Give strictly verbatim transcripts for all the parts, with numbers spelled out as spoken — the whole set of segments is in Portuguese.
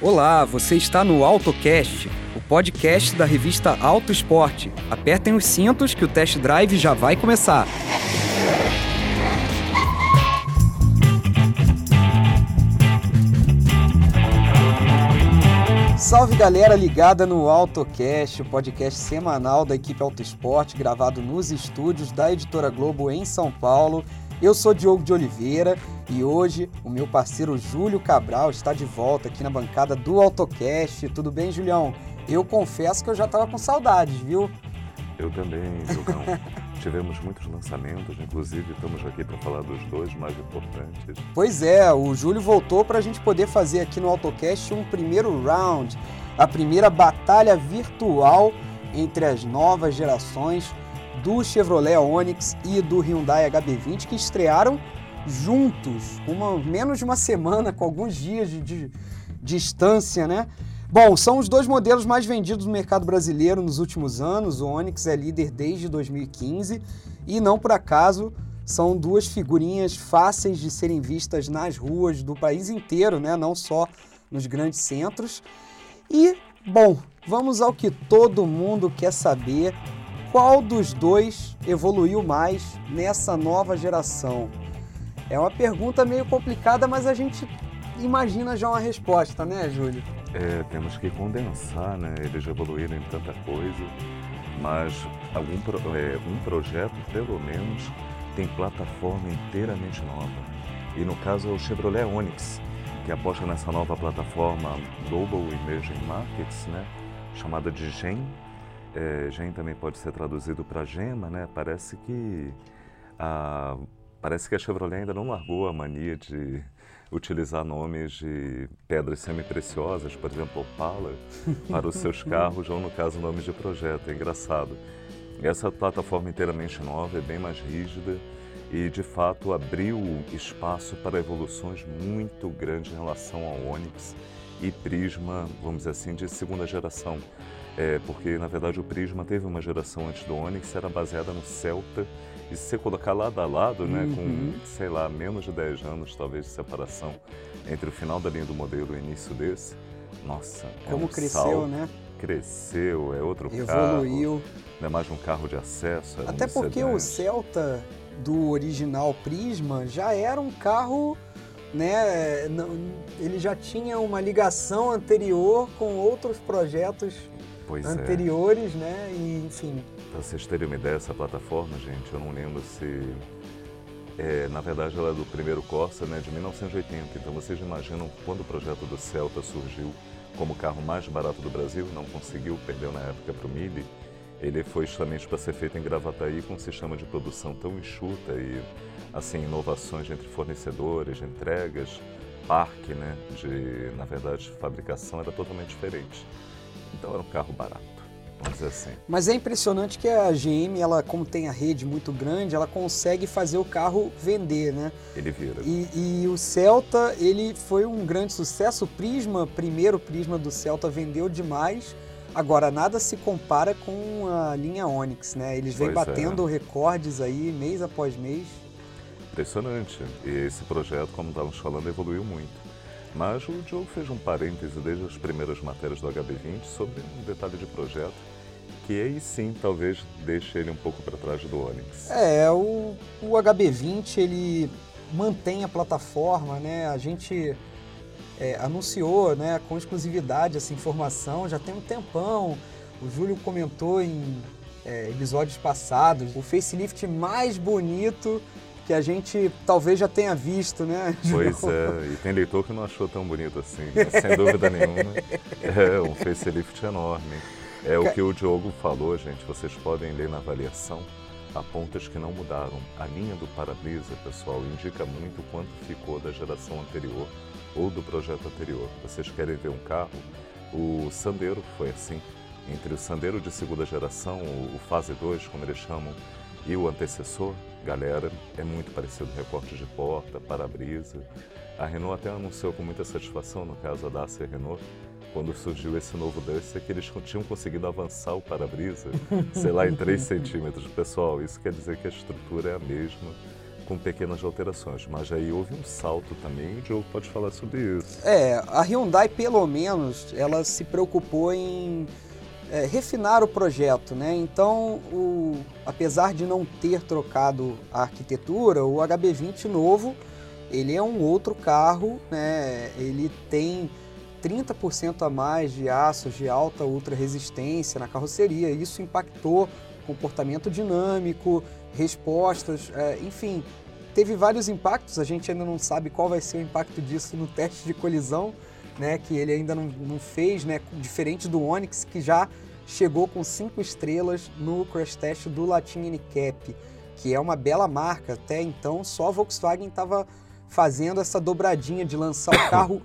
Olá, você está no AutoCast, o podcast da revista Auto Esporte. Apertem os cintos que o test drive já vai começar. Salve galera ligada no AutoCast, o podcast semanal da equipe Auto Esporte, gravado nos estúdios da Editora Globo em São Paulo. Eu sou Diogo de Oliveira e hoje o meu parceiro Júlio Cabral está de volta aqui na bancada do AutoCast. Tudo bem, Julião? Eu confesso que eu já estava com saudades, viu? Eu também, Diogão. Tivemos muitos lançamentos, inclusive estamos aqui para falar dos dois mais importantes. Pois é, o Júlio voltou para a gente poder fazer aqui no AutoCast um primeiro round, a primeira batalha virtual entre as novas gerações do Chevrolet Onix e do Hyundai H B vinte, que estrearam juntos, uma, menos de uma semana, com alguns dias de, de, de distância, né? Bom, são os dois modelos mais vendidos no mercado brasileiro nos últimos anos. O Onix é líder desde dois mil e quinze e, não por acaso, são duas figurinhas fáceis de serem vistas nas ruas do país inteiro, né? Não só nos grandes centros. E, bom, vamos ao que todo mundo quer saber. Qual dos dois evoluiu mais nessa nova geração? É uma pergunta meio complicada, mas a gente imagina já uma resposta, né, Júlio? É, temos que condensar, né? Eles evoluíram em tanta coisa, mas algum pro, é, um projeto, pelo menos, tem plataforma inteiramente nova. E no caso é o Chevrolet Onix, que aposta nessa nova plataforma Global Emerging Markets, né? Chamada de GEM. É, GEM também pode ser traduzido para Gema, né? Parece que a, parece que a Chevrolet ainda não largou a mania de utilizar nomes de pedras semi-preciosas, por exemplo, Opala, para os seus carros, ou no caso nomes de projeto. É engraçado. Essa plataforma inteiramente nova é bem mais rígida e, de fato, abriu espaço para evoluções muito grandes em relação ao Onix e Prisma, vamos dizer assim, de segunda geração. É, porque, na verdade, o Prisma teve uma geração antes do Onix, era baseada no Celta, e se você colocar lado a lado, né, uhum. com, sei lá, menos de dez anos, talvez, de separação entre o final da linha do modelo e o início desse, nossa, como é um cresceu, salto, né? Cresceu, é outro Evoluiu. carro. Evoluiu. Não é mais um carro de acesso, é Até um porque sedã. O Celta do original Prisma já era um carro, né, ele já tinha uma ligação anterior com outros projetos pois anteriores, é. né, e enfim. Para vocês terem uma ideia dessa plataforma, gente, eu não lembro se... É, na verdade, ela é do primeiro Corsa, né, de mil novecentos e oitenta, então vocês imaginam quando o projeto do Celta surgiu como o carro mais barato do Brasil, não conseguiu, perdeu na época para o Mille, ele foi justamente para ser feito em Gravataí com um sistema de produção tão enxuta e, assim, inovações entre fornecedores, entregas, parque, né, de, na verdade, fabricação era totalmente diferente. Então era um carro barato, vamos dizer assim. Mas é impressionante que a G M, ela, como tem a rede muito grande, ela consegue fazer o carro vender, né? Ele vira. E, e o Celta, ele foi um grande sucesso. O Prisma, primeiro Prisma do Celta, vendeu demais. Agora, nada se compara com a linha Onix, né? Eles vêm Pois batendo é. recordes aí, mês após mês. Impressionante. E esse projeto, como estávamos falando, evoluiu muito. Mas o Diogo fez um parêntese desde as primeiras matérias do H B vinte sobre um detalhe de projeto que aí sim talvez deixe ele um pouco para trás do Onix. É, o, o H B vinte ele mantém a plataforma, né? A gente é, anunciou, né, com exclusividade essa informação já tem um tempão. O Júlio comentou em é, episódios passados o facelift mais bonito que a gente talvez já tenha visto, né? Pois é, e tem leitor que não achou tão bonito assim, né? Sem dúvida nenhuma. É um facelift enorme. É o que o Diogo falou, gente, vocês podem ler na avaliação, há pontas que não mudaram. A linha do para-brisa, pessoal, indica muito quanto ficou da geração anterior ou do projeto anterior. Vocês querem ver um carro? O Sandero foi assim. Entre o Sandero de segunda geração, o Fase dois, como eles chamam, e o antecessor, galera, é muito parecido, recorte de porta, para-brisa. A Renault até anunciou com muita satisfação, no caso a Dacia Renault, quando surgiu esse novo Dacia, que eles tinham conseguido avançar o para-brisa, sei lá, em três centímetros. Pessoal, isso quer dizer que a estrutura é a mesma, com pequenas alterações. Mas aí houve um salto também, o Diogo pode falar sobre isso. É, a Hyundai, pelo menos, ela se preocupou em é, refinar o projeto, né? Então, o, apesar de não ter trocado a arquitetura, o H B vinte novo, ele é um outro carro, né? Ele tem trinta por cento a mais de aços de alta ultra resistência na carroceria. Isso impactou comportamento dinâmico, respostas, é, enfim, teve vários impactos. A gente ainda não sabe qual vai ser o impacto disso no teste de colisão, né, que ele ainda não, não fez, né, diferente do Onix, que já chegou com cinco estrelas no crash test do Latin N C A P, que é uma bela marca. Até então, só a Volkswagen estava fazendo essa dobradinha de lançar o carro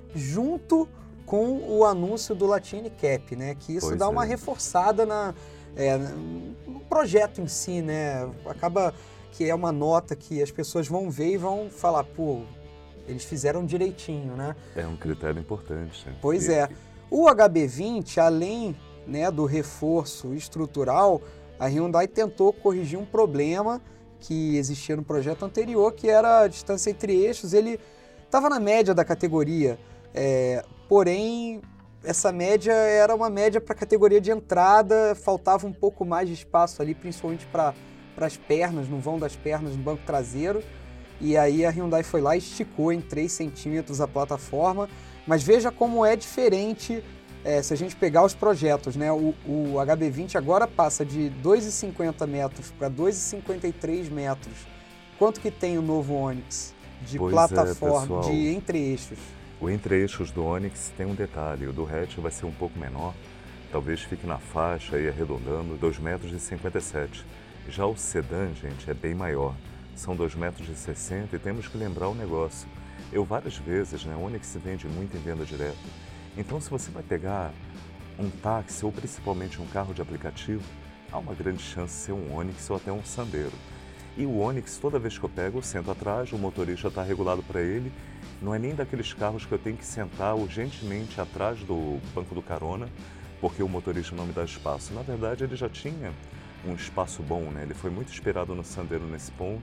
junto com o anúncio do Latin N C A P, né, que isso Pois dá é. uma reforçada na, é, no projeto em si, né, acaba que é uma nota que as pessoas vão ver e vão falar, pô, eles fizeram direitinho, né? É um critério importante. Pois E- é. O H B vinte, além, né, do reforço estrutural, a Hyundai tentou corrigir um problema que existia no projeto anterior, que era a distância entre eixos. Ele estava na média da categoria, é, porém, essa média era uma média para a categoria de entrada, faltava um pouco mais de espaço ali, principalmente para as pernas, no vão das pernas, no banco traseiro. E aí a Hyundai foi lá e esticou em três centímetros a plataforma. Mas veja como é diferente é, se a gente pegar os projetos, né? O, o H B vinte agora passa de dois vírgula cinquenta metros para dois vírgula cinquenta e três metros. Quanto que tem o novo Onix de Pois é, plataforma, pessoal. de entre-eixos? O entre-eixos do Onix tem um detalhe, o do hatch vai ser um pouco menor, talvez fique na faixa e arredondando, dois metros e cinquenta e sete. Já o sedã, gente, é bem maior, são dois metros e sessenta e temos que lembrar um negócio. Eu várias vezes, né, o Onix se vende muito em venda direta, então se você vai pegar um táxi ou principalmente um carro de aplicativo, há uma grande chance de ser um Onix ou até um Sandero. E o Onix, toda vez que eu pego, eu sento atrás, o motorista está regulado para ele. Não é nem daqueles carros que eu tenho que sentar urgentemente atrás do banco do carona, porque o motorista não me dá espaço. Na verdade, ele já tinha um espaço bom, né? Ele foi muito inspirado no Sandero nesse ponto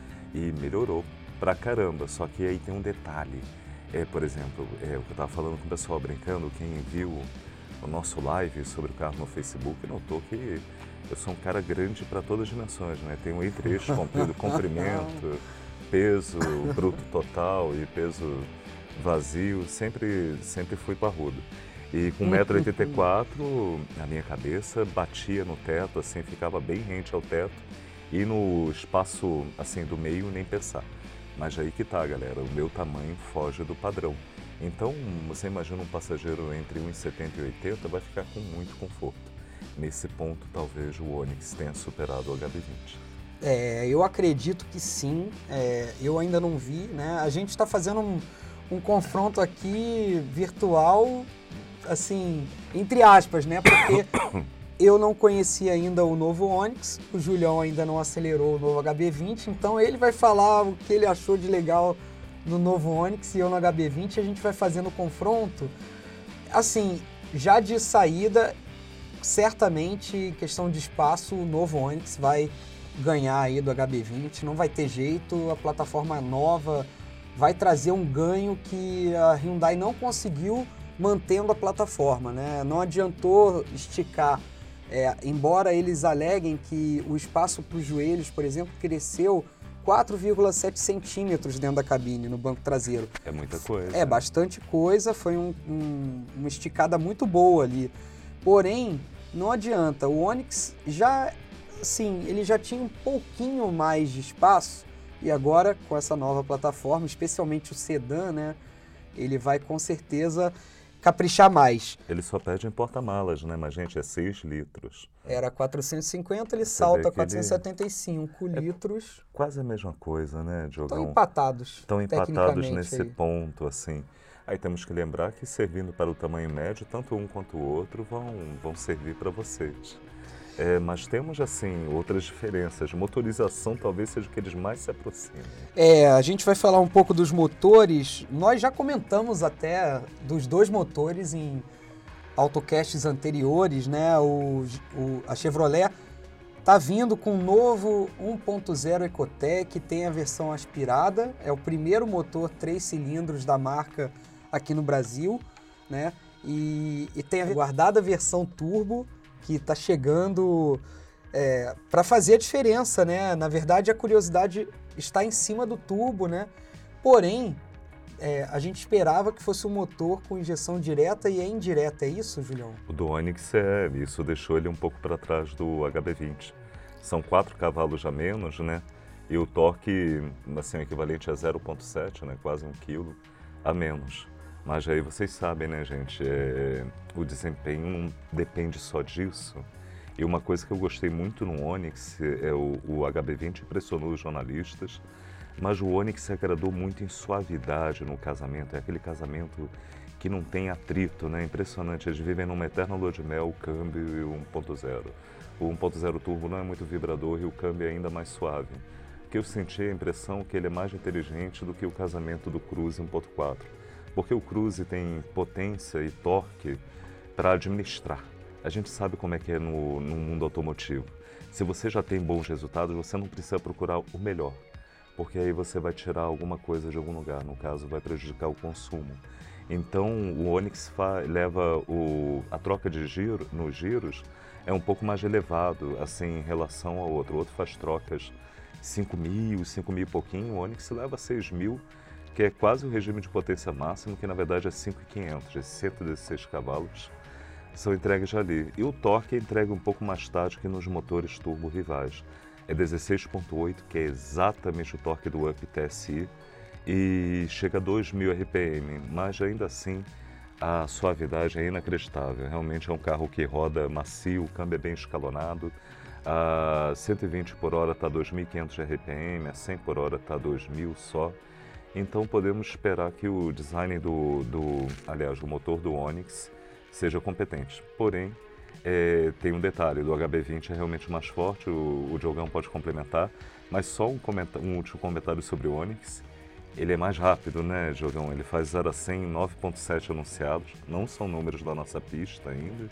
e melhorou pra caramba. Só que aí tem um detalhe. É, por exemplo, é, o que eu estava falando com o pessoal brincando, quem viu o nosso live sobre o carro no Facebook notou que eu sou um cara grande para todas as dimensões, né? Tem um entre-eixo comprido, comprimento, peso bruto total e peso vazio, sempre, sempre fui parrudo. E com um metro e oitenta e quatro, a minha cabeça batia no teto, assim, ficava bem rente ao teto. E no espaço, assim, do meio, nem pensar. Mas aí que tá, galera, o meu tamanho foge do padrão. Então, você imagina um passageiro entre um e setenta e oitenta, vai ficar com muito conforto. Nesse ponto, talvez o Onix tenha superado o H B vinte. É, eu acredito que sim, é, eu ainda não vi, né? A gente está fazendo um, um confronto aqui virtual, assim, entre aspas, né? Porque eu não conhecia ainda o novo Onix, o Julião ainda não acelerou o novo H B vinte, então ele vai falar o que ele achou de legal no novo Onix e eu no H B vinte, a gente vai fazendo o confronto. Assim, já de saída, certamente, questão de espaço, o novo Onix vai ganhar aí do H B vinte, não vai ter jeito, a plataforma nova vai trazer um ganho que a Hyundai não conseguiu mantendo a plataforma, né? Não adiantou esticar, é, embora eles aleguem que o espaço para os joelhos, por exemplo, cresceu quatro vírgula sete centímetros dentro da cabine, no banco traseiro. É muita coisa. É, bastante coisa, foi um, um, uma esticada muito boa ali. Porém, não adianta, o Onix já, sim, ele já tinha um pouquinho mais de espaço e agora com essa nova plataforma, especialmente o sedã, né, ele vai com certeza caprichar mais. Ele só pede em porta-malas, né? Mas, gente, é seis litros. Era quatrocentos e cinquenta, ele Você salta vê que quatrocentos e ele- setenta e cinco litros. Quase a mesma coisa, né, Estão Diogão? empatados. Estão empatados tecnicamente nesse aí. ponto, assim. Aí temos que lembrar que, servindo para o tamanho médio, tanto um quanto o outro vão, vão servir para vocês. É, mas temos, assim, outras diferenças. Motorização talvez seja o que eles mais se aproximam. É, a gente vai falar um pouco dos motores. Nós já comentamos até dos dois motores em autocasts anteriores, né? O, o- a Chevrolet Tá vindo com um novo um ponto zero Ecotec, tem a versão aspirada, é o primeiro motor três cilindros da marca aqui no Brasil, né? E, e tem a guardada versão turbo, que está chegando é, para fazer a diferença, né? Na verdade, a curiosidade está em cima do turbo, né? Porém, é, a gente esperava que fosse um motor com injeção direta e é indireta, é isso, Julião? O do Onix é, isso deixou ele um pouco para trás do H B vinte. São quatro cavalos a menos, né? E o torque, assim, o equivalente a zero vírgula sete, né? Quase um quilo a menos. Mas aí vocês sabem, né, gente? É, o desempenho não depende só disso. E uma coisa que eu gostei muito no Onix é o, o H B vinte impressionou os jornalistas, mas o Onix agradou muito em suavidade no casamento. É aquele casamento que não tem atrito, né? Impressionante. Eles vivem numa eterna lua de mel, o câmbio e o um ponto zero. O um ponto zero turbo não é muito vibrador e o câmbio é ainda mais suave. Que eu senti a impressão que ele é mais inteligente do que o casamento do Cruze um ponto quatro. Porque o Cruze tem potência e torque para administrar. A gente sabe como é que é no, no mundo automotivo. Se você já tem bons resultados, você não precisa procurar o melhor, porque aí você vai tirar alguma coisa de algum lugar, no caso vai prejudicar o consumo. Então o Onix leva o, a troca de giro nos giros é um pouco mais elevado assim em relação ao outro. O outro faz trocas cinco mil, cinco mil e pouquinho, o Onix leva seis mil, que é quase o regime de potência máximo, que na verdade é cinco mil e quinhentos, esses cento e dezesseis cavalos são entregues ali. E o torque é entregue um pouco mais tarde que nos motores turbo rivais. É dezesseis vírgula oito, que é exatamente o torque do Up T S I, e chega a dois mil R P M, mas ainda assim a suavidade é inacreditável. Realmente é um carro que roda macio, o câmbio é bem escalonado, a cento e vinte por hora está dois mil e quinhentos R P M, a cem por hora está dois mil só. Então podemos esperar que o design do, do aliás, o motor do Onix seja competente. Porém, é, tem um detalhe, do H B vinte é realmente mais forte, o, o Diogão pode complementar, mas só um, um último comentário sobre o Onix. Ele é mais rápido, né, Diogão? Ele faz zero a cem em nove vírgula sete anunciados, não são números da nossa pista ainda.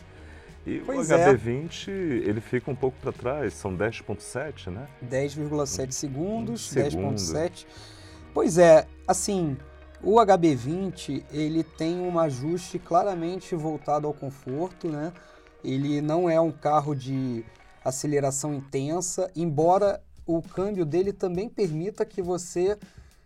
E pois o H B vinte, é. ele fica um pouco para trás, são dez vírgula sete, né? dez vírgula sete segundos, dez vírgula sete. Pois é, assim, o H B vinte, ele tem um ajuste claramente voltado ao conforto, né? Ele não é um carro de aceleração intensa, embora o câmbio dele também permita que você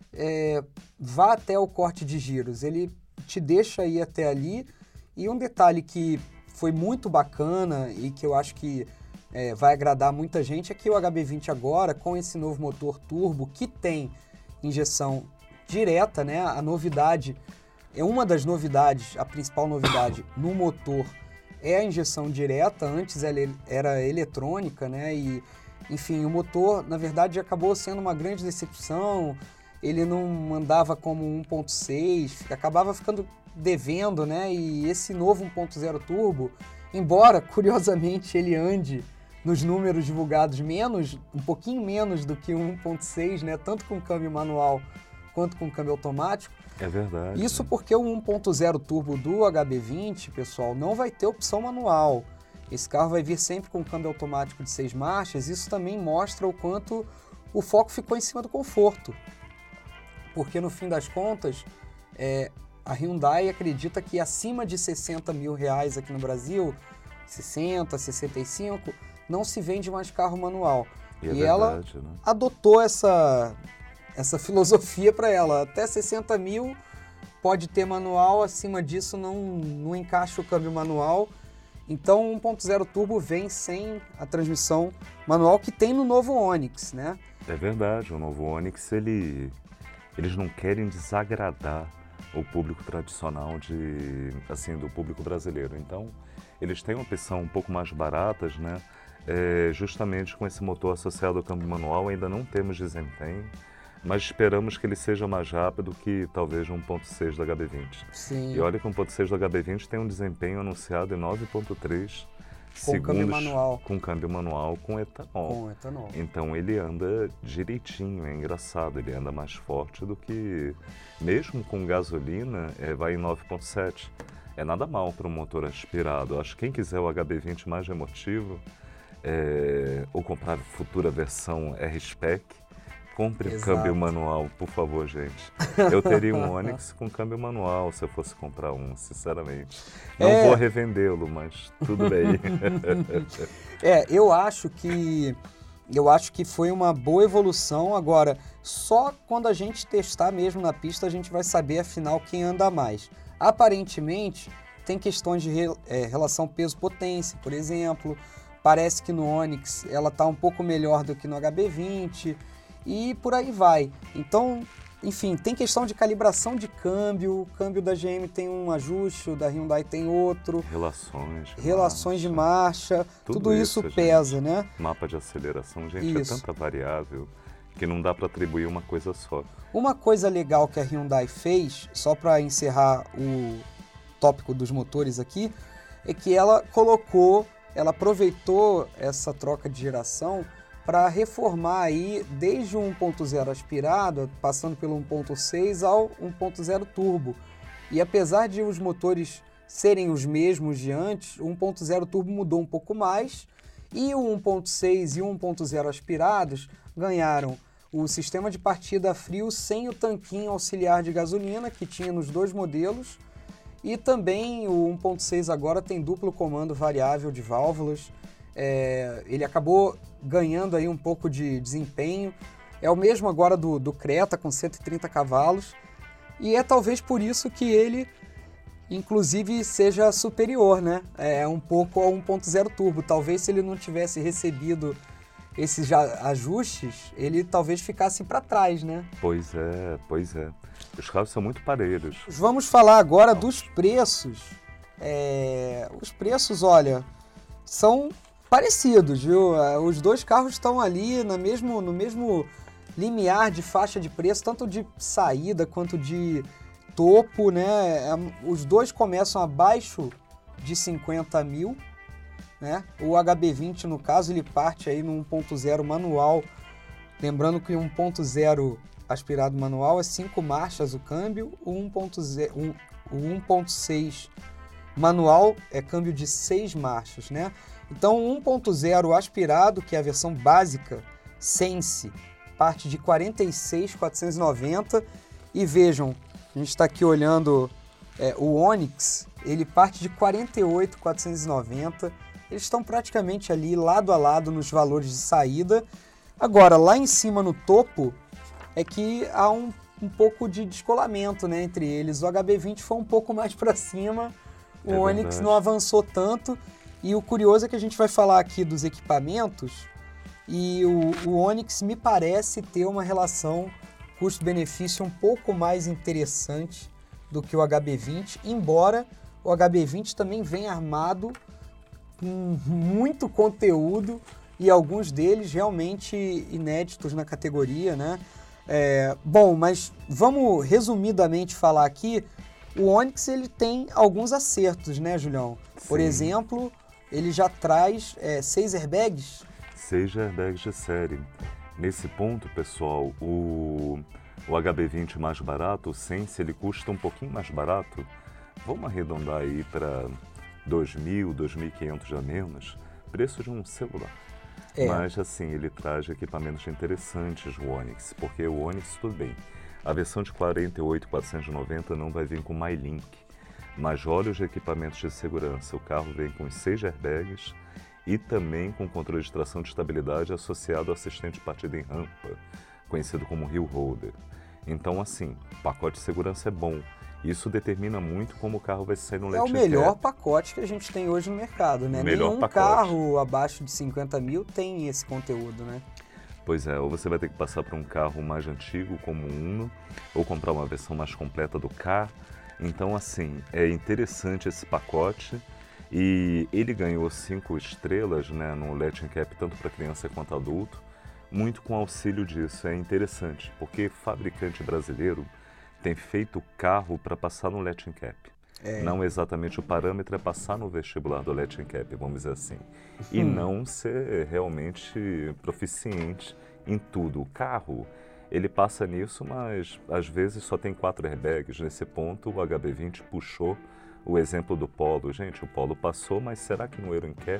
é, vá até o corte de giros. Ele te deixa ir até ali. E um detalhe que foi muito bacana e que eu acho que é, vai agradar muita gente é que o H B vinte agora, com esse novo motor turbo que tem injeção direta, né? A novidade, é uma das novidades, a principal novidade no motor é a injeção direta. Antes ela era eletrônica, né? E, enfim, o motor, na verdade, acabou sendo uma grande decepção. Ele não andava como um ponto seis, acabava ficando devendo, né? E esse novo um ponto zero turbo, embora, curiosamente, ele ande nos números divulgados menos, um pouquinho menos do que um um ponto seis, né? Tanto com câmbio manual quanto com câmbio automático. É verdade. Isso porque o um ponto zero turbo do H B vinte, pessoal, não vai ter opção manual. Esse carro vai vir sempre com câmbio automático de seis marchas. Isso também mostra o quanto o foco ficou em cima do conforto. Porque no fim das contas, é, a Hyundai acredita que acima de sessenta mil reais aqui no Brasil, sessenta, sessenta e cinco, não se vende mais carro manual. E, é e verdade, ela né? adotou essa... essa filosofia para ela. Até sessenta mil pode ter manual, acima disso não, não encaixa o câmbio manual. Então o um ponto zero turbo vem sem a transmissão manual que tem no novo Onix, né? É verdade, o novo Onix, ele, eles não querem desagradar o público tradicional de, assim, do público brasileiro. Então eles têm uma opção um pouco mais baratas, né? É, justamente com esse motor associado ao câmbio manual ainda não temos desempenho, mas esperamos que ele seja mais rápido que talvez um ponto seis do H B vinte. Sim. E olha que o um ponto seis do H B vinte tem um desempenho anunciado em nove vírgula três com segundos câmbio manual. com câmbio manual com etanol. Com etanol. Então ele anda direitinho, é engraçado, ele anda mais forte do que, mesmo com gasolina, é, vai em nove vírgula sete. É nada mal para um motor aspirado. Acho que quem quiser o H B vinte mais emotivo, é, ou comprar futura versão R-Spec, compre um câmbio manual, por favor, gente. Eu teria um Onix com câmbio manual se eu fosse comprar um, sinceramente. Não é... vou revendê-lo, mas tudo bem. É, eu acho que eu acho que foi uma boa evolução. Agora, só quando a gente testar mesmo na pista a gente vai saber afinal quem anda mais. Aparentemente tem questões de re, é, relação peso-potência, por exemplo. Parece que no Onix ela está um pouco melhor do que no H B vinte. E por aí vai. Então, enfim, tem questão de calibração de câmbio. O câmbio da G M tem um ajuste, o da Hyundai tem outro. Relações de Relações marcha. de marcha. Tudo, Tudo isso, isso pesa, gente. né? Mapa de aceleração, gente, isso. é tanta variável que não dá para atribuir uma coisa só. Uma coisa legal que a Hyundai fez, só para encerrar o tópico dos motores aqui, é que ela colocou, ela aproveitou essa troca de geração para reformar aí desde o um ponto zero aspirado, passando pelo um ponto seis ao um ponto zero turbo. E apesar de os motores serem os mesmos de antes, o um ponto zero turbo mudou um pouco mais e o um ponto seis e o um ponto zero aspirados ganharam o sistema de partida a frio sem o tanquinho auxiliar de gasolina que tinha nos dois modelos, e também o um ponto seis agora tem duplo comando variável de válvulas. É, ele acabou ganhando aí um pouco de desempenho. É o mesmo agora do, do Creta, com cento e trinta cavalos, e é talvez por isso que ele, inclusive, seja superior, né? É um pouco ao um ponto zero turbo. Talvez se ele não tivesse recebido esses ajustes, ele talvez ficasse para trás, né? Pois é, pois é. Os carros são muito parelhos. Vamos falar agora dos preços. É, os preços, olha, são parecidos, viu? Os dois carros estão ali no mesmo, no mesmo limiar de faixa de preço, tanto de saída quanto de topo, né? Os dois começam abaixo de cinquenta mil, né? O H B vinte, no caso, ele parte aí no um ponto zero manual. Lembrando que o um ponto zero aspirado manual é cinco marchas o câmbio, o um ponto seis manual é câmbio de seis marchas, né? Então, o um ponto zero aspirado, que é a versão básica, Sense, parte de quarenta e seis mil quatrocentos e noventa. E vejam, a gente está aqui olhando é, o Onix, ele parte de quarenta e oito mil quatrocentos e noventa. Eles estão praticamente ali lado a lado nos valores de saída. Agora, lá em cima no topo, é que há um, um pouco de descolamento, né, entre eles. O H B vinte foi um pouco mais para cima, o é Onix verdade. Não avançou tanto. E o curioso é que a gente vai falar aqui dos equipamentos e o, o Onix me parece ter uma relação custo-benefício um pouco mais interessante do que o H B vinte, embora o H B vinte também venha armado com muito conteúdo e alguns deles realmente inéditos na categoria, né? É, bom, mas vamos resumidamente falar aqui. O Onix ele tem alguns acertos, né, Julião? Por Sim. exemplo, ele já traz é, seis airbags. Seis airbags de série. Nesse ponto, pessoal, o, o H B vinte mais barato, o Sense, ele custa um pouquinho mais barato. Vamos arredondar aí para dois mil, dois mil e quinhentos a menos. Preço de um celular. É. Mas, assim, ele traz equipamentos interessantes, o Onix, porque o Onix, tudo bem. A versão de quarenta e oito mil quatrocentos e noventa não vai vir com MyLink, mas olha os equipamentos de segurança. O carro vem com os seis airbags e também com controle de tração de estabilidade associado ao assistente de partida em rampa, conhecido como Hill Holder. Então, assim, o pacote de segurança é bom. Isso determina muito como o carro vai sair no Latin Cap. É o melhor pacote que a gente tem hoje no mercado, né? Melhor Nenhum pacote. Carro abaixo de cinquenta mil tem esse conteúdo, né? Pois é, ou você vai ter que passar por um carro mais antigo, como o Uno, ou comprar uma versão mais completa do K. Então, assim, é interessante esse pacote. E ele ganhou cinco estrelas, né, no Latin Cap, tanto para criança quanto adulto, muito com auxílio disso. É interessante, porque fabricante brasileiro tem feito carro para passar no Latin Cap. É. Não exatamente o parâmetro é passar no vestibular do Latin Cap, vamos dizer assim. E hum. não ser realmente proficiente em tudo. O carro, ele passa nisso, mas às vezes só tem quatro airbags. Nesse ponto, o H B vinte puxou o exemplo do Polo. Gente, o Polo passou, mas será que no Euro N C A P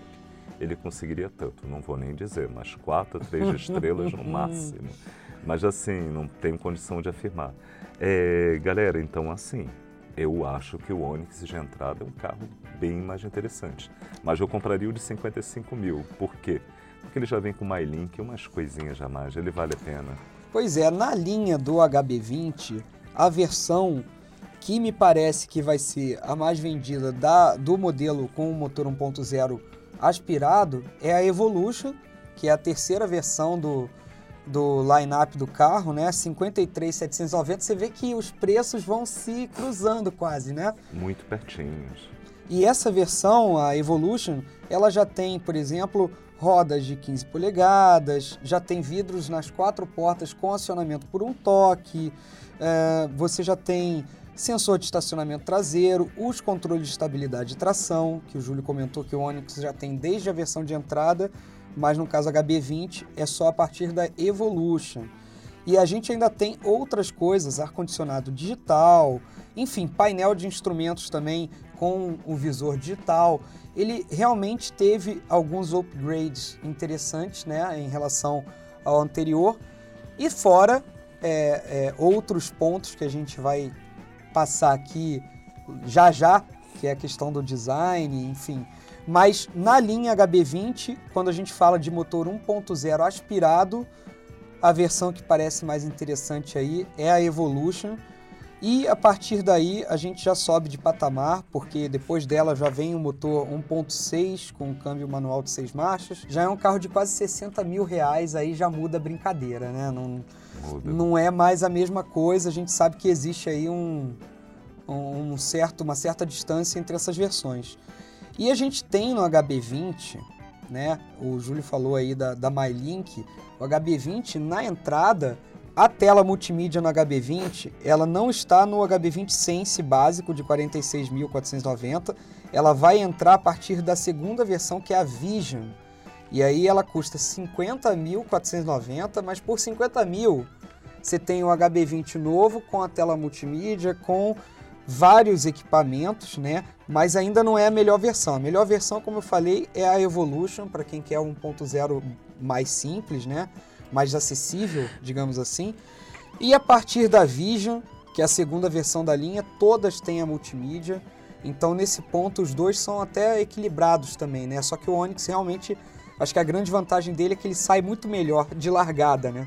ele conseguiria tanto, não vou nem dizer, mas quatro, três estrelas no máximo. Mas assim, não tenho condição de afirmar. É, galera, então assim, eu acho que o Onix de entrada é um carro bem mais interessante. Mas eu compraria o de cinquenta e cinco mil. Por quê? Porque ele já vem com o MyLink e umas coisinhas a mais, ele vale a pena. Pois é, na linha do H B vinte, a versão que me parece que vai ser a mais vendida da, do modelo com o motor um ponto zero aspirado é a Evolution, que é a terceira versão do, do line-up do carro, né? cinquenta e três mil setecentos e noventa. Você vê que os preços vão se cruzando quase, né? Muito pertinhos. E essa versão, a Evolution, ela já tem, por exemplo, rodas de quinze polegadas, já tem vidros nas quatro portas com acionamento por um toque, é, você já tem sensor de estacionamento traseiro, os controles de estabilidade de tração, que o Júlio comentou que o Onix já tem desde a versão de entrada, mas no caso H B vinte é só a partir da Evolution. E a gente ainda tem outras coisas, ar-condicionado digital, enfim, painel de instrumentos também com o visor digital. Ele realmente teve alguns upgrades interessantes, né, em relação ao anterior. E fora é, é, outros pontos que a gente vai passar aqui já já, que é a questão do design, enfim. Mas na linha H B vinte, quando a gente fala de motor um ponto zero aspirado, a versão que parece mais interessante aí é a Evolution. E a partir daí a gente já sobe de patamar, porque depois dela já vem o motor um ponto seis com um câmbio manual de seis marchas. Já é um carro de quase sessenta mil reais, aí já muda a brincadeira, né? Não, não é mais a mesma coisa, a gente sabe que existe aí um, um certo, uma certa distância entre essas versões. E a gente tem no H B vinte, né? O Júlio falou aí da, da MyLink, o H B vinte na entrada. A tela multimídia no H B vinte, ela não está no H B vinte Sense básico de quarenta e seis mil quatrocentos e noventa, ela vai entrar a partir da segunda versão, que é a Vision. E aí ela custa cinquenta mil quatrocentos e noventa, mas por cinquenta mil você tem o H B vinte novo com a tela multimídia, com vários equipamentos, né? Mas ainda não é a melhor versão. A melhor versão, como eu falei, é a Evolution, para quem quer um ponto zero mais simples, né? Mais acessível, digamos assim. E a partir da Vision, que é a segunda versão da linha, todas têm a multimídia. Então, nesse ponto, os dois são até equilibrados também, né? Só que o Onix realmente, acho que a grande vantagem dele é que ele sai muito melhor de largada, né?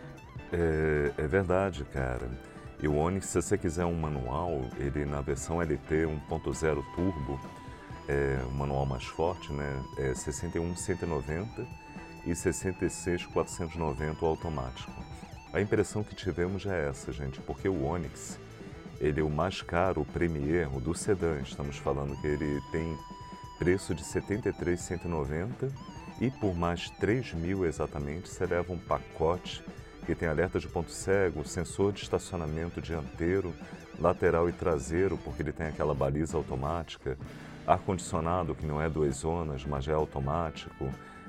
É, é verdade, cara. E o Onix, se você quiser um manual, ele na versão L T um ponto zero turbo, é um manual mais forte, né? É sessenta e um mil cento e noventa e sessenta e seis mil quatrocentos e noventa o automático. A impressão que tivemos é essa, gente, porque o Onix, ele é o mais caro, o Premier, o do sedã. Estamos falando que ele tem preço de setenta e três mil cento e noventa e por mais três mil exatamente, você leva um pacote que tem alerta de ponto cego, sensor de estacionamento dianteiro, lateral e traseiro, porque ele tem aquela baliza automática, ar-condicionado que não é duas zonas, mas é automático.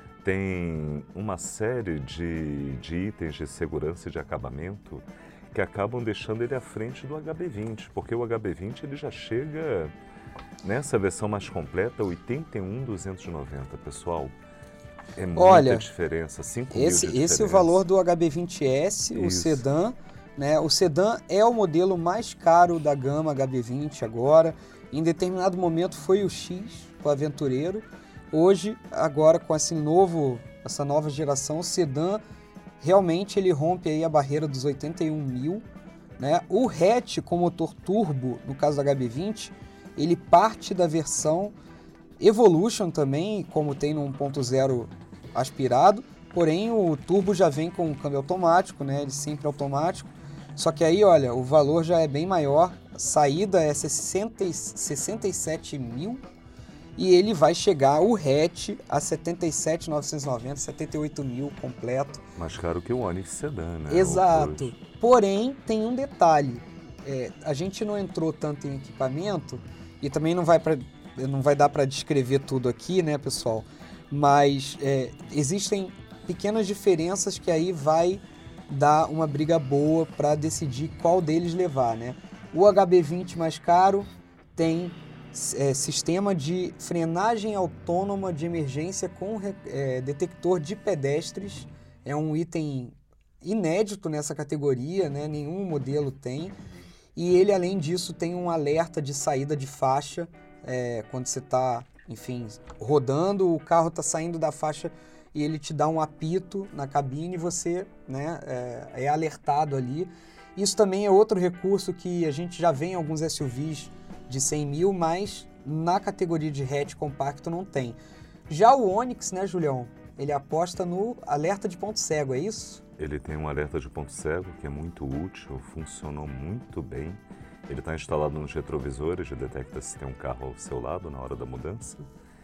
Tem uma série de, de itens de segurança e de acabamento que acabam deixando ele à frente do H B vinte, porque o H B vinte ele já chega nessa versão mais completa, oitenta e um mil duzentos e noventa, pessoal. É muita Olha, diferença, cinco mil esse, de esse é o valor do H B vinte S, Isso. o sedã, né? O sedã é o modelo mais caro da gama H B vinte agora. Em determinado momento foi o X, o Aventureiro. Hoje, agora com esse novo, essa nova geração, o sedã realmente ele rompe aí a barreira dos oitenta e um mil, né? O hatch com motor turbo, no caso do H B vinte, ele parte da versão Evolution também, como tem no um ponto zero aspirado, porém o turbo já vem com o câmbio automático, né? Ele sempre automático. Só que aí, olha, o valor já é bem maior, a saída é sessenta, sessenta e sete mil. E ele vai chegar, o hatch, a setenta e sete mil novecentos e noventa, setenta e oito mil completo. Mais caro que o Onix sedã, né? Exato. Porém, tem um detalhe. É, a gente não entrou tanto em equipamento, e também não vai, pra, não vai dar para descrever tudo aqui, né, pessoal? Mas é, existem pequenas diferenças que aí vai dar uma briga boa para decidir qual deles levar, né? O H B vinte mais caro tem é, sistema de frenagem autônoma de emergência com é, detector de pedestres. É um item inédito nessa categoria, né? Nenhum modelo tem. E ele, além disso, tem um alerta de saída de faixa. É, quando você está, enfim, rodando, o carro está saindo da faixa e ele te dá um apito na cabine e você, né, é, é alertado ali. Isso também é outro recurso que a gente já vê em alguns S U Vs de cem mil, mas na categoria de hatch compacto não tem. Já o Onix, né, Julião, ele aposta no alerta de ponto cego, é isso? Ele tem um alerta de ponto cego que é muito útil, funcionou muito bem. Ele está instalado nos retrovisores, já detecta se tem um carro ao seu lado na hora da mudança.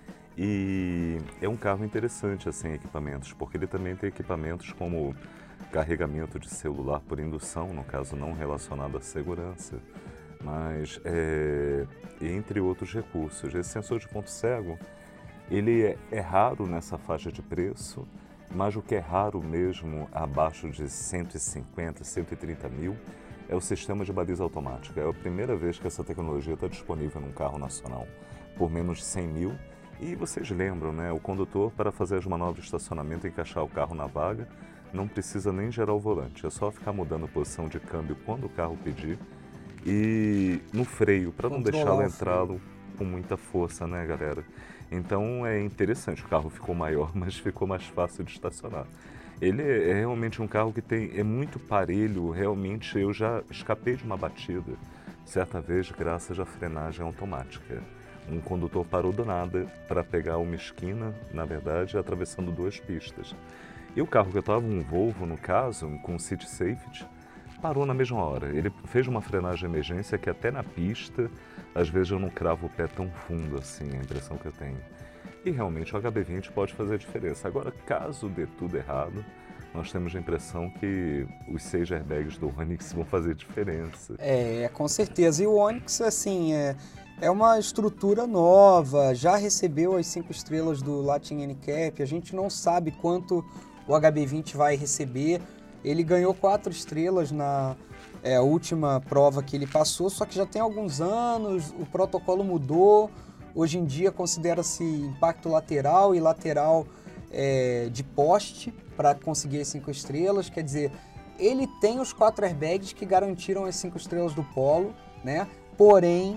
E é um carro interessante assim, equipamentos, porque ele também tem equipamentos como carregamento de celular por indução, no caso não relacionado à segurança, mas é, entre outros recursos. Esse sensor de ponto cego, ele é, é raro nessa faixa de preço, mas o que é raro mesmo, abaixo de cento e cinquenta, cento e trinta mil, é o sistema de baliza automática. É a primeira vez que essa tecnologia está disponível num carro nacional, por menos de cem mil. E vocês lembram, né? O condutor, para fazer as manobras de estacionamento e encaixar o carro na vaga, não precisa nem gerar o volante, é só ficar mudando a posição de câmbio quando o carro pedir. E no freio, para não deixá-lo entrá-lo com muita força, né, galera? Então é interessante, o carro ficou maior, mas ficou mais fácil de estacionar. Ele é realmente um carro que tem, é muito parelho, realmente eu já escapei de uma batida, certa vez graças à frenagem automática. Um condutor parou do nada para pegar uma esquina, na verdade, atravessando duas pistas. E o carro que eu estava, um Volvo no caso, com City Safety, parou na mesma hora. Ele fez uma frenagem de emergência que até na pista, às vezes eu não cravo o pé tão fundo assim, a impressão que eu tenho. E realmente o H B vinte pode fazer a diferença. Agora, caso dê tudo errado, nós temos a impressão que os seis airbags do Onix vão fazer diferença. É, com certeza. E o Onix, assim, é, é uma estrutura nova, já recebeu as cinco estrelas do Latin N C A P, a gente não sabe quanto o H B vinte vai receber. Ele ganhou quatro estrelas na é, última prova que ele passou, só que já tem alguns anos, o protocolo mudou. Hoje em dia considera-se impacto lateral e lateral é, de poste para conseguir as cinco estrelas. Quer dizer, ele tem os quatro airbags que garantiram as cinco estrelas do Polo, né? Porém,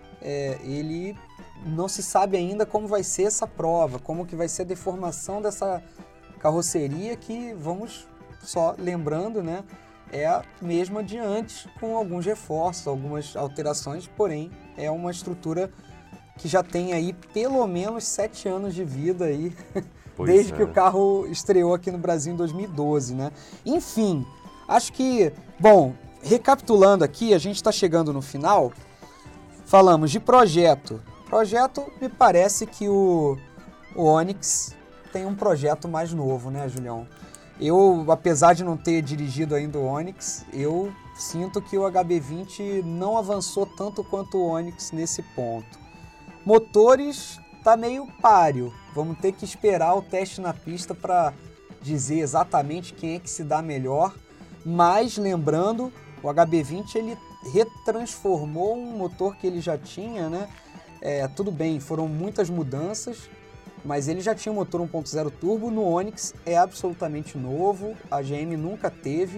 é, ele não se sabe ainda como vai ser essa prova, como que vai ser a deformação dessa carroceria que, vamos só lembrando, né, é a mesma de antes, com alguns reforços, algumas alterações, porém é uma estrutura que já tem aí pelo menos sete anos de vida aí, desde é. que o carro estreou aqui no Brasil em dois mil e doze, né? Enfim, acho que, bom, recapitulando aqui, a gente está chegando no final, falamos de projeto. Projeto, me parece que o, o Onix tem um projeto mais novo, né, Julião? Eu, apesar de não ter dirigido ainda o Onix, eu sinto que o H B vinte não avançou tanto quanto o Onix nesse ponto. Motores tá meio páreo, vamos ter que esperar o teste na pista para dizer exatamente quem é que se dá melhor, mas lembrando, o H B vinte ele retransformou um motor que ele já tinha, né? É, tudo bem, foram muitas mudanças, mas ele já tinha um motor um ponto zero turbo, no Onix é absolutamente novo, a G M nunca teve,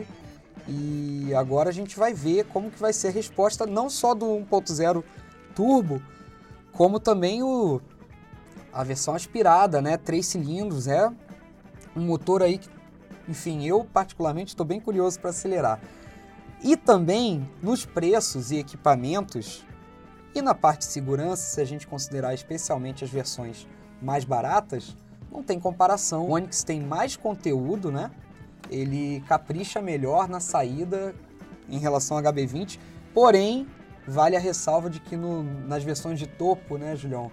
e agora a gente vai ver como que vai ser a resposta não só do um ponto zero turbo, como também o, a versão aspirada, né? Três cilindros, é um motor aí que, enfim, eu particularmente estou bem curioso para acelerar. E também nos preços e equipamentos, e na parte de segurança, se a gente considerar especialmente as versões mais baratas, não tem comparação. O Onix tem mais conteúdo, né? Ele capricha melhor na saída em relação ao H B vinte, porém, vale a ressalva de que no, nas versões de topo, né, Julião,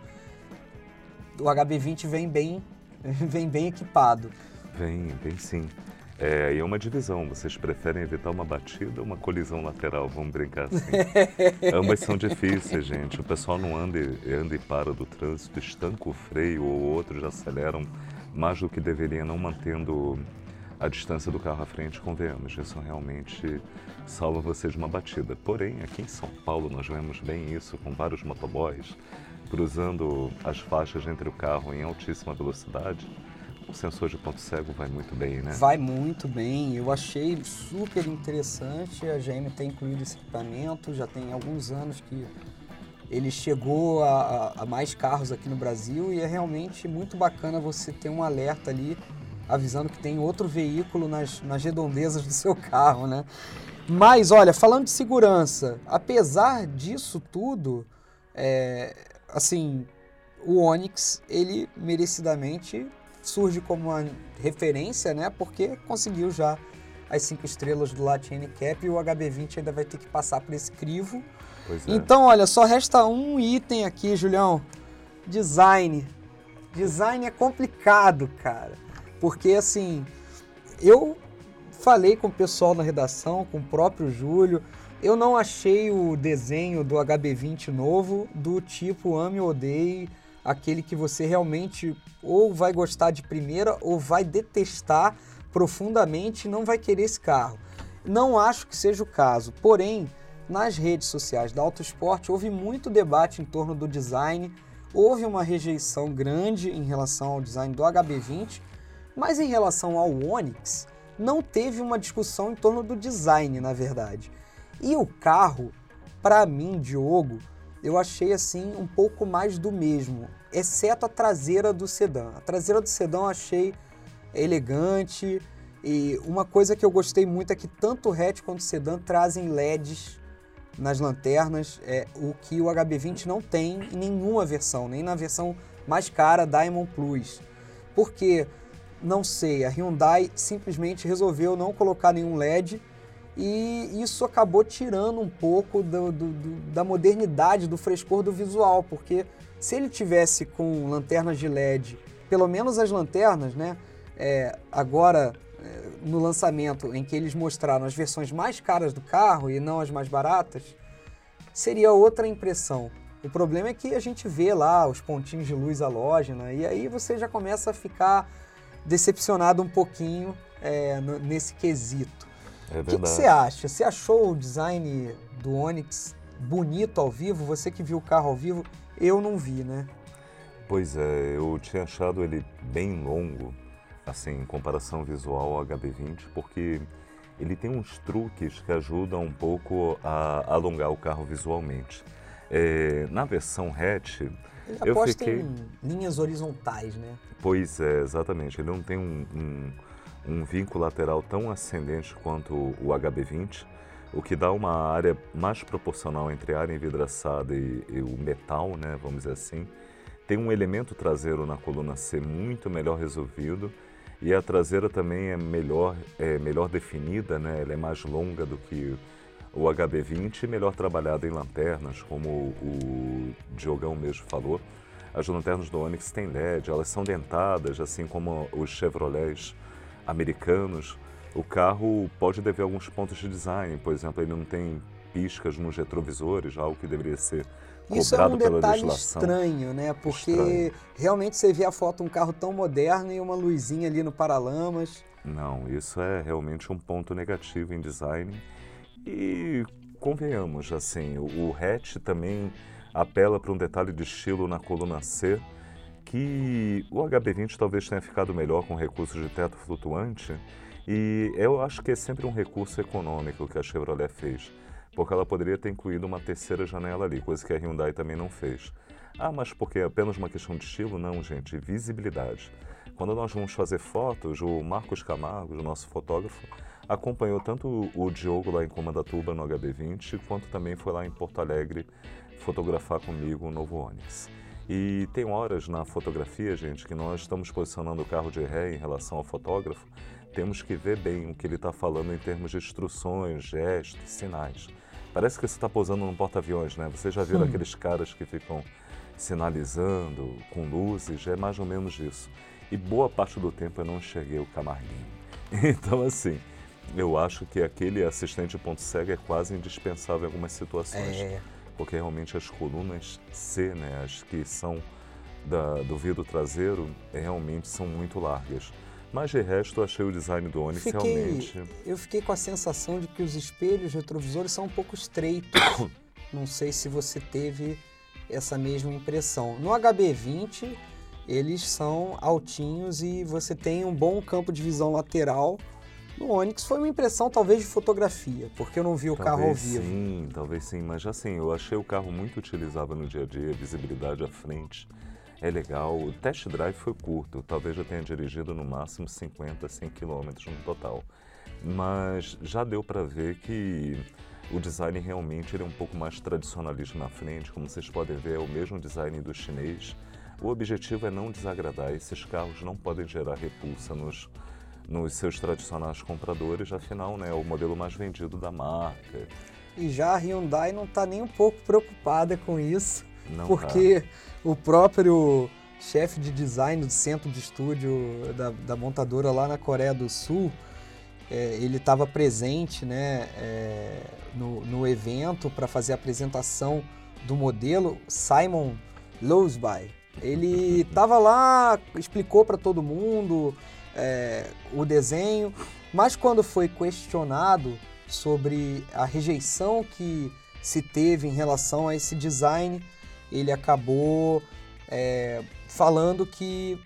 o H B vinte vem bem, vem bem equipado. Vem, vem sim. É, aí é uma divisão, vocês preferem evitar uma batida ou uma colisão lateral, vamos brincar assim. Ambas são difíceis, gente. O pessoal não anda, anda e para do trânsito, estanca o freio ou outros já aceleram mais do que deveria, não mantendo a distância do carro à frente, convenhamos. Isso realmente salva você de uma batida. Porém, aqui em São Paulo nós vemos bem isso com vários motoboys cruzando as faixas entre o carro em altíssima velocidade, o sensor de ponto cego vai muito bem, né? Vai muito bem, eu achei super interessante, a G M tem incluído esse equipamento, já tem alguns anos que ele chegou a, a, a mais carros aqui no Brasil e é realmente muito bacana você ter um alerta ali avisando que tem outro veículo nas, nas redondezas do seu carro, né? Mas, olha, falando de segurança, apesar disso tudo, é, assim, o Onix, ele merecidamente surge como uma referência, né? Porque conseguiu já as cinco estrelas do Latin N C A P e o H B vinte ainda vai ter que passar por esse crivo. Pois é. Então, olha, só resta um item aqui, Julião. Design. Design é complicado, cara. Porque, assim, eu falei com o pessoal na redação, com o próprio Júlio, eu não achei o desenho do H B vinte novo do tipo ame ou odeie, aquele que você realmente ou vai gostar de primeira ou vai detestar profundamente e não vai querer esse carro. Não acho que seja o caso, porém, nas redes sociais da Autosport houve muito debate em torno do design, houve uma rejeição grande em relação ao design do H B vinte, mas em relação ao Onix, não teve uma discussão em torno do design, na verdade. E o carro, para mim, Diogo, eu achei assim um pouco mais do mesmo, exceto a traseira do sedã. A traseira do sedã eu achei elegante e uma coisa que eu gostei muito é que tanto o hatch quanto o sedã trazem L E Ds nas lanternas, é o que o H B vinte não tem em nenhuma versão, nem na versão mais cara Diamond Plus. Por quê? Não sei, a Hyundai simplesmente resolveu não colocar nenhum L E D e isso acabou tirando um pouco do, do, do, da modernidade, do frescor do visual, porque se ele tivesse com lanternas de L E D, pelo menos as lanternas, né, é, agora é, no lançamento em que eles mostraram as versões mais caras do carro e não as mais baratas, seria outra impressão. O problema é que a gente vê lá os pontinhos de luz halógena e aí você já começa a ficar decepcionado um pouquinho é, no, nesse quesito. É o que você acha? Você achou o design do Onix bonito ao vivo? Você que viu o carro ao vivo, eu não vi, né? Pois é, eu tinha achado ele bem longo, assim, em comparação visual ao H B vinte, porque ele tem uns truques que ajudam um pouco a alongar o carro visualmente. É, na versão hatch, Ele eu aposta fiquei... em linhas horizontais, né? Pois é, exatamente. Ele não tem um, um, um vinco lateral tão ascendente quanto o H B vinte, o que dá uma área mais proporcional entre a área envidraçada e, e o metal, né, vamos dizer assim. Tem um elemento traseiro na coluna C muito melhor resolvido e a traseira também é melhor, é melhor definida, né? Ela é mais longa do que o H B vinte e melhor trabalhada em lanternas, como o Diogão mesmo falou. As lanternas do Onix têm L E D, elas são dentadas, assim como os Chevrolets americanos. O carro pode dever alguns pontos de design, por exemplo, ele não tem piscas nos retrovisores, algo que deveria ser cobrado Isso é um pela detalhe legislação. estranho, né? Porque Estranho. realmente você vê a foto de um carro tão moderno e uma luzinha ali no paralamas. Não, isso é realmente um ponto negativo em design. E convenhamos, assim, o, o hatch também apela para um detalhe de estilo na coluna C, que o H B vinte talvez tenha ficado melhor com recursos de teto flutuante, e eu acho que é sempre um recurso econômico que a Chevrolet fez, porque ela poderia ter incluído uma terceira janela ali, coisa que a Hyundai também não fez. Ah, mas porque é apenas uma questão de estilo? Não, gente, visibilidade. Quando nós vamos fazer fotos, o Marcos Camargo, o nosso fotógrafo, acompanhou tanto o Diogo lá em Comandatuba no H B vinte, quanto também foi lá em Porto Alegre fotografar comigo o novo Onix. E tem horas na fotografia, gente, que nós estamos posicionando o carro de ré em relação ao fotógrafo, temos que ver bem o que ele está falando em termos de instruções, gestos, sinais. Parece que você está posando num porta-aviões, né? Vocês já viram hum. aqueles caras que ficam sinalizando com luzes? É mais ou menos isso. E boa parte do tempo eu não enxerguei o Camarguinho. Então, assim, eu acho que aquele assistente ponto cego é quase indispensável em algumas situações. É. Porque realmente as colunas C, né, as que são da, do vidro traseiro, realmente são muito largas. Mas de resto, eu achei o design do Onix fiquei, realmente... Eu fiquei com a sensação de que os espelhos retrovisores são um pouco estreitos. Não sei se você teve essa mesma impressão. No H B vinte, eles são altinhos e você tem um bom campo de visão lateral. No Onix foi uma impressão talvez de fotografia, porque eu não vi o talvez carro ao vivo. Sim, talvez sim, mas assim, eu achei o carro muito utilizável no dia a dia, visibilidade à frente é legal. O test drive foi curto, talvez eu tenha dirigido no máximo cinquenta, cem quilômetros no total, mas já deu para ver que o design realmente ele é um pouco mais tradicionalista na frente, como vocês podem ver, é o mesmo design do chinês. O objetivo é não desagradar, esses carros não podem gerar repulsa nos nos seus tradicionais compradores, afinal, né, é o modelo mais vendido da marca. E já a Hyundai não está nem um pouco preocupada com isso, não porque tá. O próprio chefe de design do centro de estúdio da, da montadora lá na Coreia do Sul, é, ele estava presente, né, é, no, no evento para fazer a apresentação do modelo, Simon Lousby. Ele estava lá, explicou para todo mundo É, o desenho, mas quando foi questionado sobre a rejeição que se teve em relação a esse design, ele acabou é, falando que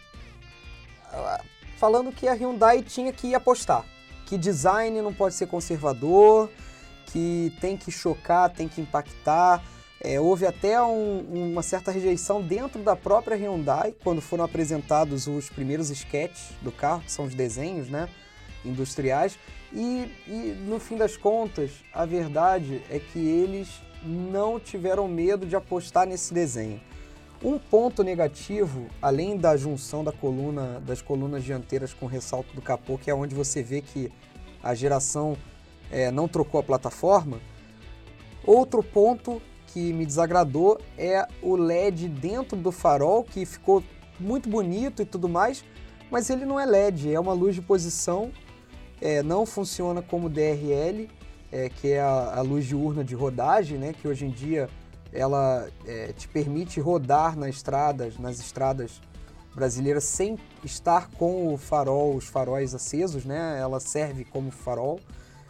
falando que a Hyundai tinha que apostar, que design não pode ser conservador, que tem que chocar, tem que impactar. É, houve até um, uma certa rejeição dentro da própria Hyundai quando foram apresentados os primeiros sketches do carro, que são os desenhos, né, industriais, e, e no fim das contas, a verdade é que eles não tiveram medo de apostar nesse desenho. Um ponto negativo, além da junção da coluna, das colunas dianteiras com ressalto do capô, que é onde você vê que a geração é, não trocou a plataforma, outro ponto que me desagradou é o L E D dentro do farol, que ficou muito bonito e tudo mais, mas ele não é L E D, é uma luz de posição, é, não funciona como D R L, é, que é a, a luz diurna de rodagem, né, que hoje em dia ela é, te permite rodar nas estradas, nas estradas brasileiras sem estar com o farol, os faróis acesos, né, ela serve como farol.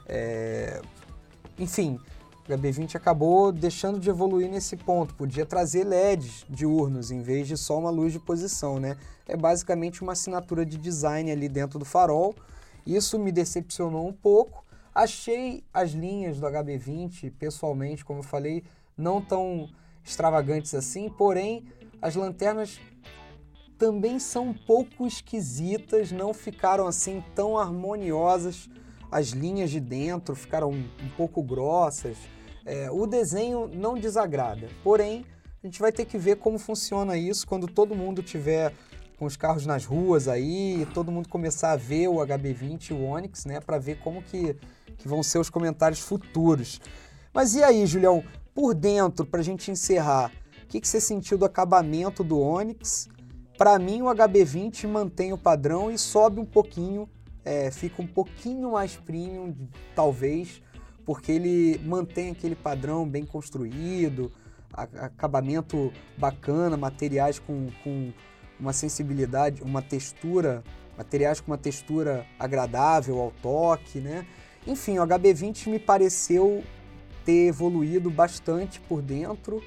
É, enfim, o H B vinte acabou deixando de evoluir nesse ponto, podia trazer L E Ds diurnos em vez de só uma luz de posição, né? É basicamente uma assinatura de design ali dentro do farol, isso me decepcionou um pouco. Achei as linhas do H B vinte, pessoalmente, como eu falei, não tão extravagantes assim, porém as lanternas também são um pouco esquisitas, não ficaram assim tão harmoniosas, as linhas de dentro ficaram um pouco grossas. É, o desenho não desagrada, porém a gente vai ter que ver como funciona isso quando todo mundo tiver com os carros nas ruas aí, todo mundo começar a ver o H B vinte e o Onix, né, para ver como que, que vão ser os comentários futuros. Mas e aí, Julião, por dentro, para a gente encerrar, o que, que você sentiu do acabamento do Onix? Para mim, o H B vinte mantém o padrão e sobe um pouquinho, é, fica um pouquinho mais premium, talvez, porque ele mantém aquele padrão bem construído, acabamento bacana, materiais com, com uma sensibilidade, uma textura, materiais com uma textura agradável ao toque, né? Enfim, o H B vinte me pareceu ter evoluído bastante por dentro,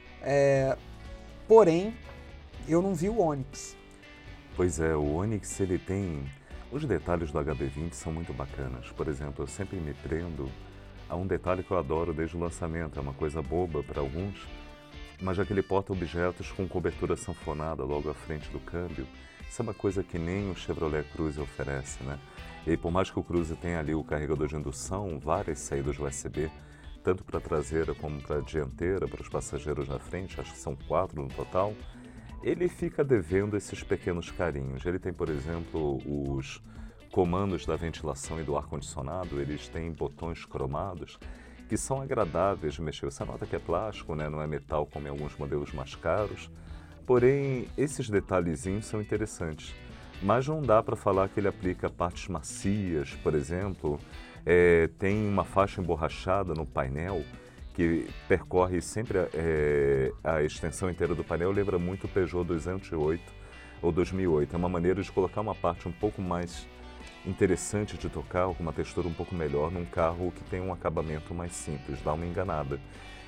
é, porém, eu não vi o Onix. Pois é, o Onix, ele tem... Os detalhes do H B vinte são muito bacanas. Por exemplo, eu sempre me prendo a um detalhe que eu adoro desde o lançamento, é uma coisa boba para alguns, mas aquele porta-objetos com cobertura sanfonada logo à frente do câmbio, isso é uma coisa que nem o Chevrolet Cruze oferece, né? E por mais que o Cruze tenha ali o carregador de indução, várias saídas U S B, tanto para a traseira como para a dianteira, para os passageiros na frente, acho que são quatro no total, ele fica devendo esses pequenos carinhos. Ele tem, por exemplo, os comandos da ventilação e do ar-condicionado, eles têm botões cromados que são agradáveis de mexer. Você nota que é plástico, né? Não é metal como em alguns modelos mais caros, porém esses detalhezinhos são interessantes. Mas não dá para falar que ele aplica partes macias, por exemplo, é, tem uma faixa emborrachada no painel que percorre sempre a, é, a extensão inteira do painel, lembra muito o Peugeot duzentos e oito ou dois mil e oito. É uma maneira de colocar uma parte um pouco mais interessante de tocar, com uma textura um pouco melhor num carro que tem um acabamento mais simples, dá uma enganada.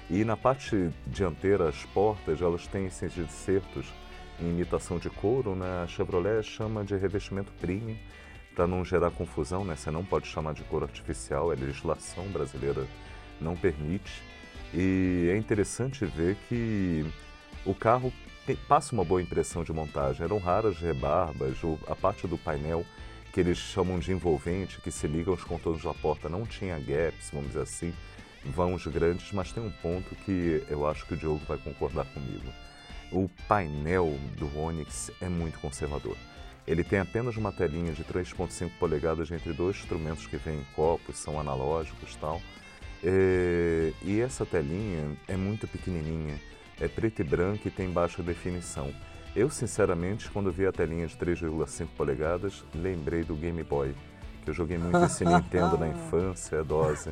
E na parte dianteira, as portas, elas têm esses insertos em imitação de couro, né? A Chevrolet chama de revestimento premium, para não gerar confusão, né? Você não pode chamar de couro artificial, a legislação brasileira não permite. E é interessante ver que o carro tem, passa uma boa impressão de montagem. Eram raras rebarbas, a parte do painel que eles chamam de envolvente, que se liga aos contornos da porta, não tinha gaps, vamos dizer assim, vãos grandes, mas tem um ponto que eu acho que o Diogo vai concordar comigo. O painel do Onix é muito conservador. Ele tem apenas uma telinha de três vírgula cinco polegadas entre dois instrumentos que vêm em copos, são analógicos e tal. É, e essa telinha é muito pequenininha, é preta e branca e tem baixa definição. Eu, sinceramente, quando vi a telinha de três vírgula cinco polegadas, lembrei do Game Boy, que eu joguei muito esse Nintendo na infância, a dose.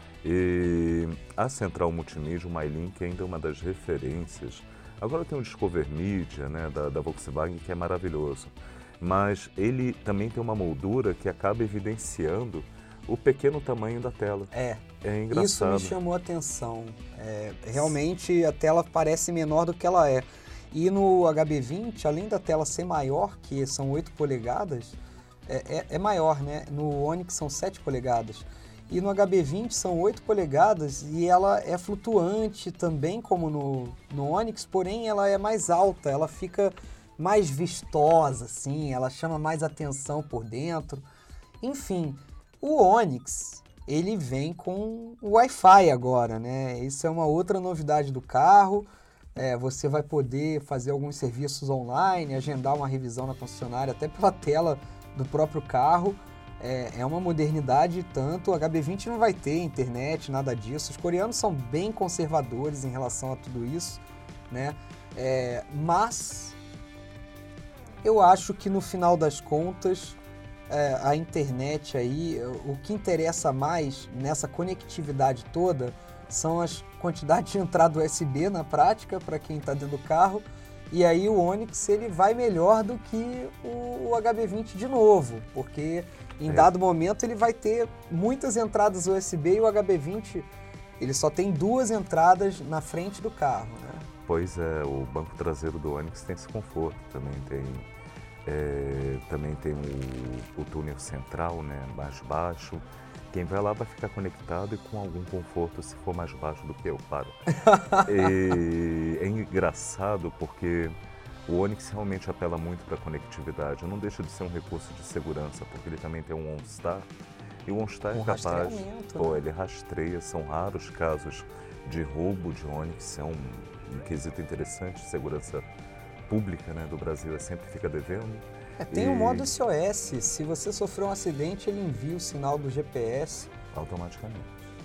E a central multimídia, o MyLink, ainda é uma das referências. Agora tem o Discover Media, né, da, da Volkswagen, que é maravilhoso. Mas ele também tem uma moldura que acaba evidenciando o pequeno tamanho da tela. É, é engraçado. Isso me chamou a atenção. É, realmente a tela parece menor do que ela é. E no H B vinte, além da tela ser maior, que são oito polegadas, é, é, é maior, né? No Onix são sete polegadas. E no H B vinte são oito polegadas e ela é flutuante também como no, no Onix, porém ela é mais alta, ela fica mais vistosa, assim, ela chama mais atenção por dentro. Enfim, o Onix, ele vem com o Wi-Fi agora, né? Isso é uma outra novidade do carro. É, você vai poder fazer alguns serviços online, agendar uma revisão na concessionária até pela tela do próprio carro. É, é uma modernidade e tanto. O H B vinte não vai ter internet, nada disso. Os coreanos são bem conservadores em relação a tudo isso, né? É, mas eu acho que no final das contas, é, a internet aí, o que interessa mais nessa conectividade toda são as quantidades de entrada U S B na prática, para quem está dentro do carro. E aí o Onix ele vai melhor do que o, o H B vinte de novo, porque em é. dado momento ele vai ter muitas entradas U S B e o H B vinte ele só tem duas entradas na frente do carro, né? Pois é, o banco traseiro do Onix tem esse conforto, também tem, é, também tem o, o túnel central, né, mais baixo. Quem vai lá vai ficar conectado e com algum conforto se for mais baixo do que eu, paro. E é engraçado porque o Onix realmente apela muito para a conectividade. Não deixa de ser um recurso de segurança, porque ele também tem um OnStar. E o OnStar um é capaz, pô, né? ele rastreia, são raros casos de roubo de Onix, é um, um quesito interessante, segurança pública, né, do Brasil, sempre fica devendo. É, tem o e... um modo S O S, se você sofrer um acidente, ele envia o sinal do G P S. Automaticamente.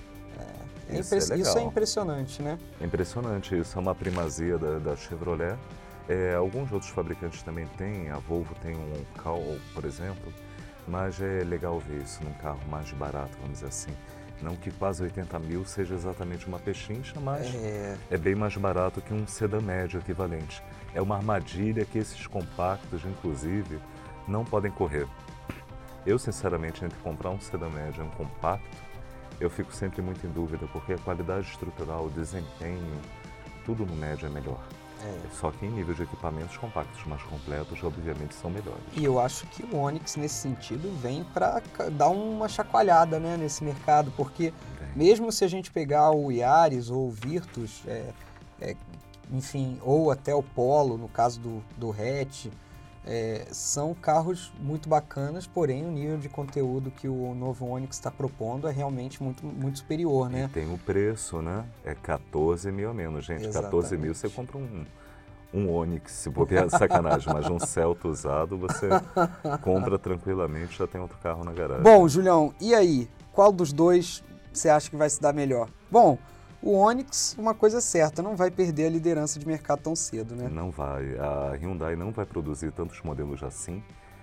É, é isso, impre... é isso é impressionante, né? É impressionante, isso é uma primazia da, da Chevrolet. É, alguns outros fabricantes também têm, a Volvo tem um Call, por exemplo, mas é legal ver isso num carro mais barato, vamos dizer assim. Não que quase oitenta mil seja exatamente uma pechincha, mas é... é bem mais barato que um sedã médio equivalente. É uma armadilha que esses compactos, inclusive, não podem correr. Eu, sinceramente, entre comprar um sedã médio e um compacto, eu fico sempre muito em dúvida, porque a qualidade estrutural, o desempenho, tudo no médio é melhor. É. Só que em nível de equipamentos, compactos mais completos, obviamente, são melhores. E eu acho que o Onix, nesse sentido, vem para dar uma chacoalhada, né, nesse mercado, porque bem... mesmo se a gente pegar o Yaris ou o Virtus, é, é, enfim, ou até o Polo, no caso do, do hatch, é, são carros muito bacanas, porém o nível de conteúdo que o novo Onix está propondo é realmente muito, muito superior, né? E tem o preço, né? É quatorze mil a menos, gente. Exatamente. quatorze mil você compra um, um Onix, se bobear sacanagem, mas um Celta usado você compra tranquilamente, já tem outro carro na garagem. Bom, Julião, e aí? Qual dos dois você acha que vai se dar melhor? Bom, o Onix, uma coisa é certa, não vai perder a liderança de mercado tão cedo, né? Não vai. A Hyundai não vai produzir tantos modelos assim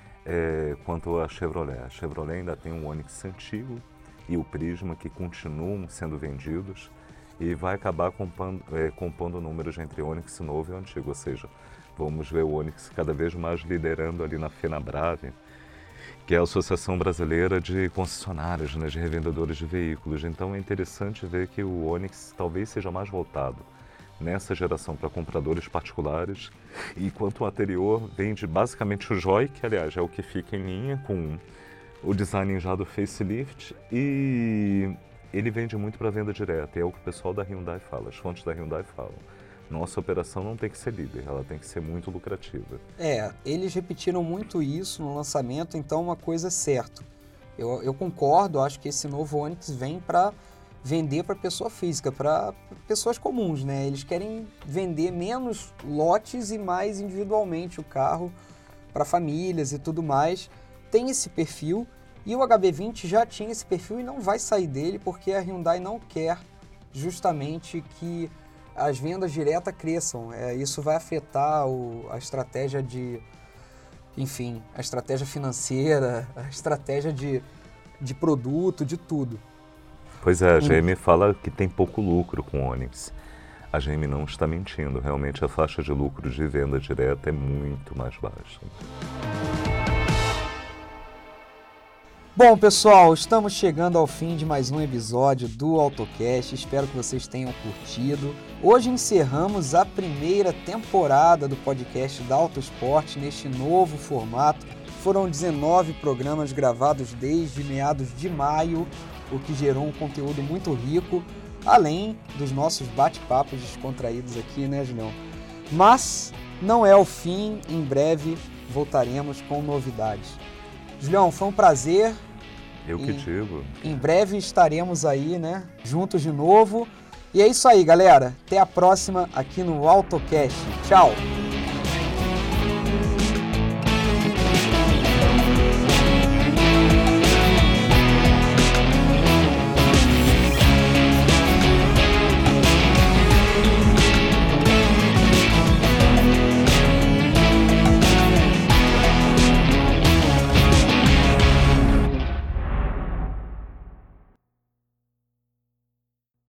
é, quanto a Chevrolet. A Chevrolet ainda tem um Onix antigo e o Prisma que continuam sendo vendidos e vai acabar compondo, é, compondo números entre o Onix novo e o antigo. Ou seja, vamos ver o Onix cada vez mais liderando ali na Fenabrave. que é a Associação Brasileira de Concessionárias, né, de Revendedores de Veículos. Então é interessante ver que o Onix talvez seja mais voltado nessa geração para compradores particulares, enquanto o anterior vende basicamente o Joy, que aliás é o que fica em linha com o design já do facelift, e ele vende muito para venda direta, e é o que o pessoal da Hyundai fala, as fontes da Hyundai falam. Nossa operação não tem que ser líder, ela tem que ser muito lucrativa. É, eles repetiram muito isso no lançamento, então uma coisa é certa. Eu, eu concordo, acho que esse novo Onix vem para vender para pessoa física, para pessoas comuns, né? Eles querem vender menos lotes e mais individualmente o carro para famílias e tudo mais. Tem esse perfil e o H B vinte já tinha esse perfil e não vai sair dele porque a Hyundai não quer justamente que as vendas diretas cresçam. É, isso vai afetar o, a estratégia de, enfim, a estratégia financeira, a estratégia de, de produto, de tudo. Pois é, a G M fala que tem pouco lucro com o Onix. A G M não está mentindo, realmente a faixa de lucro de venda direta é muito mais baixa. Bom, pessoal, estamos chegando ao fim de mais um episódio do AutoCast. Espero que vocês tenham curtido. Hoje encerramos a primeira temporada do podcast da Autosport neste novo formato. Foram dezenove programas gravados desde meados de maio, o que gerou um conteúdo muito rico, além dos nossos bate-papos descontraídos aqui, né, Julião? Mas não é o fim, em breve voltaremos com novidades. Julião, foi um prazer. Eu que em, digo. Em breve estaremos aí, né, juntos de novo. E é isso aí, galera. Até a próxima aqui no AutoCast. Tchau!